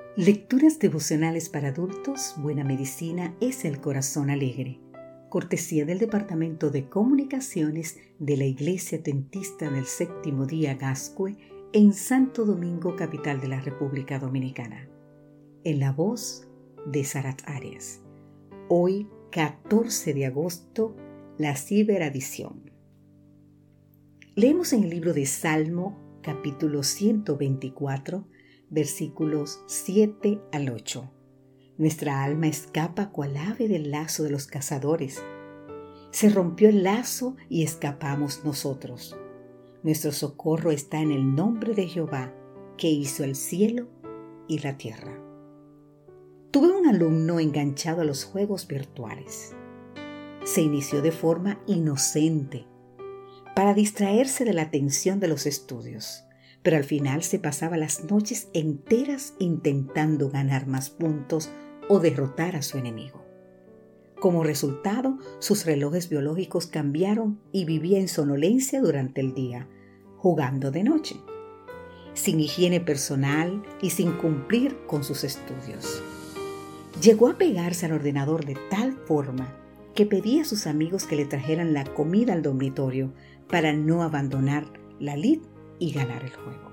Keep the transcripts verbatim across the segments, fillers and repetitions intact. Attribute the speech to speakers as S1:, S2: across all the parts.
S1: Lecturas devocionales para adultos. Buena medicina es el corazón alegre. Cortesía del Departamento de Comunicaciones de la Iglesia Adventista del Séptimo Día Gascue en Santo Domingo, capital de la República Dominicana. En la voz de Sarat Arias. Hoy, catorce de agosto, la ciberadición. Leemos en el libro de Salmo, capítulo ciento veinticuatro, versículos siete al ocho. Nuestra alma escapa cual ave del lazo de los cazadores. Se rompió el lazo y escapamos nosotros. Nuestro socorro está en el nombre de Jehová, que hizo el cielo y la tierra. Tuve un alumno enganchado a los juegos virtuales. Se inició de forma inocente, para distraerse de la tensión de los estudios. Pero al final se pasaba las noches enteras intentando ganar más puntos o derrotar a su enemigo. Como resultado, sus relojes biológicos cambiaron y vivía en somnolencia durante el día, jugando de noche, sin higiene personal y sin cumplir con sus estudios. Llegó a pegarse al ordenador de tal forma que pedía a sus amigos que le trajeran la comida al dormitorio para no abandonar la lid y ganar el juego.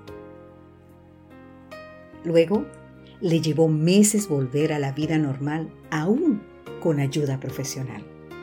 S1: Luego, le llevó meses volver a la vida normal, aún con ayuda profesional.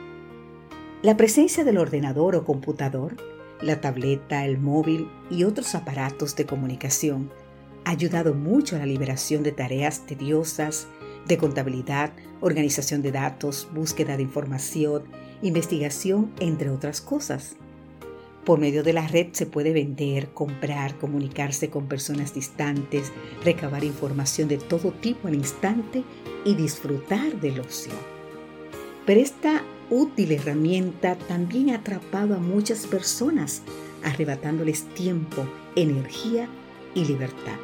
S1: La presencia del ordenador o computador, la tableta, el móvil y otros aparatos de comunicación ha ayudado mucho a la liberación de tareas tediosas, de contabilidad, organización de datos, búsqueda de información, investigación, entre otras cosas. Por medio de la red se puede vender, comprar, comunicarse con personas distantes, recabar información de todo tipo al instante y disfrutar del ocio. Pero esta útil herramienta también ha atrapado a muchas personas, arrebatándoles tiempo, energía y libertad.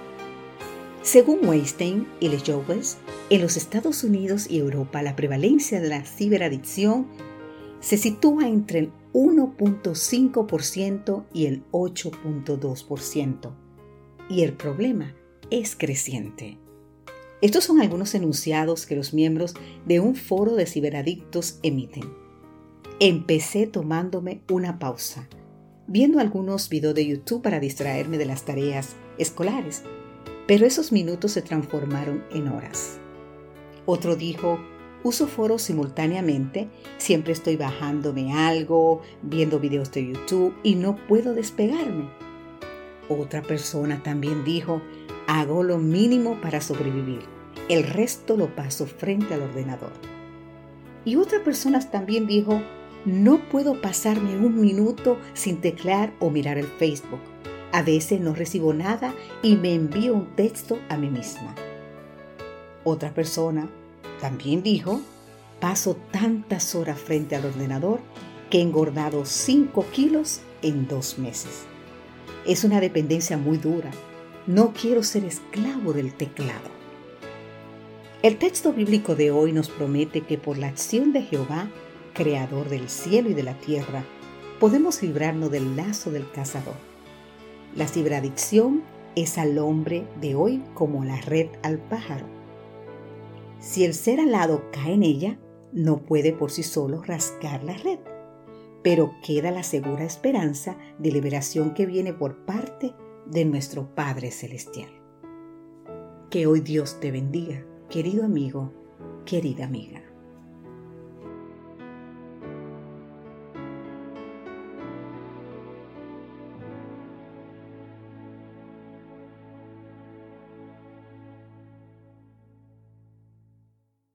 S1: Según Weinstein y Lejoules, en los Estados Unidos y Europa la prevalencia de la ciberadicción se sitúa entre el uno punto cinco por ciento y el ocho punto dos por ciento, y el problema es creciente. Estos son algunos enunciados que los miembros de un foro de ciberadictos emiten. Empecé tomándome una pausa, viendo algunos videos de YouTube para distraerme de las tareas escolares, pero esos minutos se transformaron en horas. Otro dijo: uso foros simultáneamente, siempre estoy bajándome algo, viendo videos de YouTube y no puedo despegarme. Otra persona también dijo: hago lo mínimo para sobrevivir, el resto lo paso frente al ordenador. Y otra persona también dijo: no puedo pasarme un minuto sin teclear o mirar el Facebook. A veces no recibo nada y me envío un texto a mí misma. Otra persona también dijo: paso tantas horas frente al ordenador que he engordado cinco kilos en dos meses. Es una dependencia muy dura. No quiero ser esclavo del teclado. El texto bíblico de hoy nos promete que por la acción de Jehová, creador del cielo y de la tierra, podemos librarnos del lazo del cazador. La ciberadicción es al hombre de hoy como la red al pájaro. Si el ser alado cae en ella, no puede por sí solo rasgar la red, pero queda la segura esperanza de liberación que viene por parte de nuestro Padre Celestial. Que hoy Dios te bendiga, querido amigo, querida amiga.